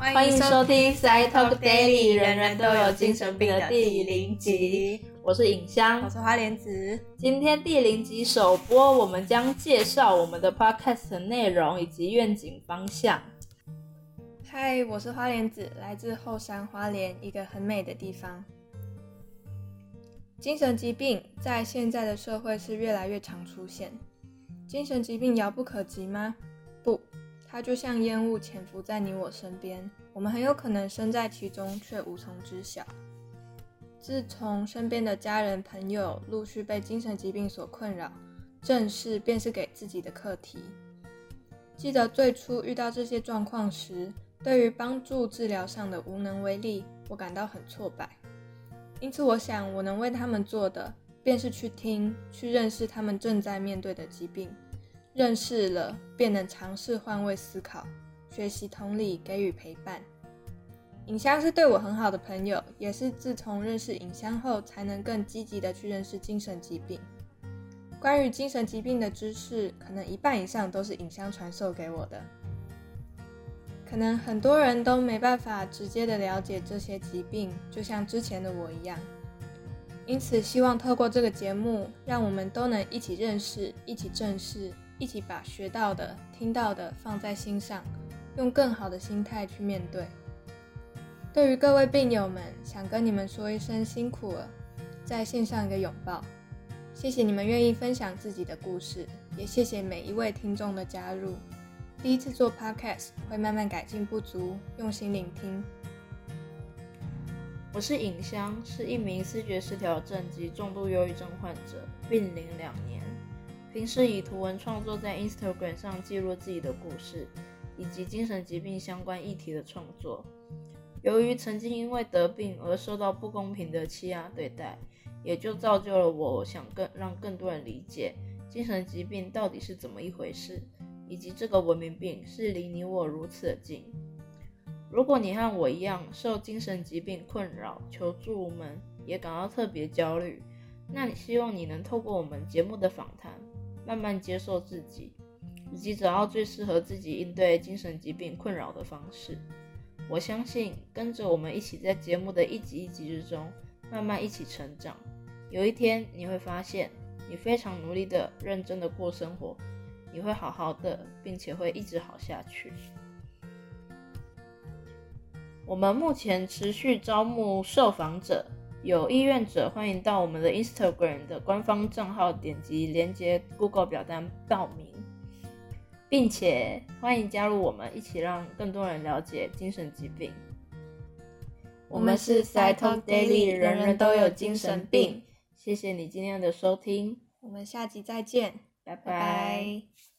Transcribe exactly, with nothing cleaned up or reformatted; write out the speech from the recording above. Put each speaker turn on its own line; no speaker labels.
欢迎收听 Side Talk Daily 人人都有精神病的第零集，我是尹香，
我是花莲子。
今天第零集首播，我们将介绍我们的 podcast 的内容以及愿景方向。
嗨，我是花莲子，来自后山花莲一个很美的地方。精神疾病在现在的社会是越来越常出现。精神疾病遥不可及吗？不，它就像烟雾潜伏在你我身边，我们很有可能身在其中却无从知晓。自从身边的家人朋友陆续被精神疾病所困扰，正视便是给自己的课题。记得最初遇到这些状况时，对于帮助治疗上的无能为力，我感到很挫败。因此我想我能为他们做的，便是去听，去认识他们正在面对的疾病。认识了，便能尝试换位思考，学习同理，给予陪伴。尹香是对我很好的朋友，也是自从认识尹香后，才能更积极的去认识精神疾病。关于精神疾病的知识，可能一半以上都是尹香传授给我的。可能很多人都没办法直接的了解这些疾病，就像之前的我一样。因此希望透过这个节目，让我们都能一起认识，一起正视，一起把学到的、听到的放在心上，用更好的心态去面对。对于各位病友们，想跟你们说一声辛苦了，在线上一个拥抱。谢谢你们愿意分享自己的故事，也谢谢每一位听众的加入。第一次做 podcast， 会慢慢改进不足，用心聆听。
我是尹香，是一名思觉失调症及重度忧郁症患者，病龄两年。平时以图文创作在 Instagram 上记录自己的故事，以及精神疾病相关议题的创作。由于曾经因为得病而受到不公平的欺压对待，也就造就了我想更让更多人理解精神疾病到底是怎么一回事，以及这个文明病是离你我如此的近。如果你和我一样受精神疾病困扰，求助无门，也感到特别焦虑，那你希望你能透过我们节目的访谈，慢慢接受自己，以及找到最适合自己应对精神疾病困扰的方式。我相信跟着我们一起在节目的一集一集之中慢慢一起成长，有一天你会发现你非常努力的认真的过生活，你会好好的，并且会一直好下去。我们目前持续招募受访者，有意愿者欢迎到我们的 Instagram 的官方账号点击连结 Google 表单报名，并且欢迎加入我们，一起让更多人了解精神疾病。我们是 Side Talk Daily 人人都有精神病，谢谢你今天的收听，
我们下集再见，
拜拜。
拜拜。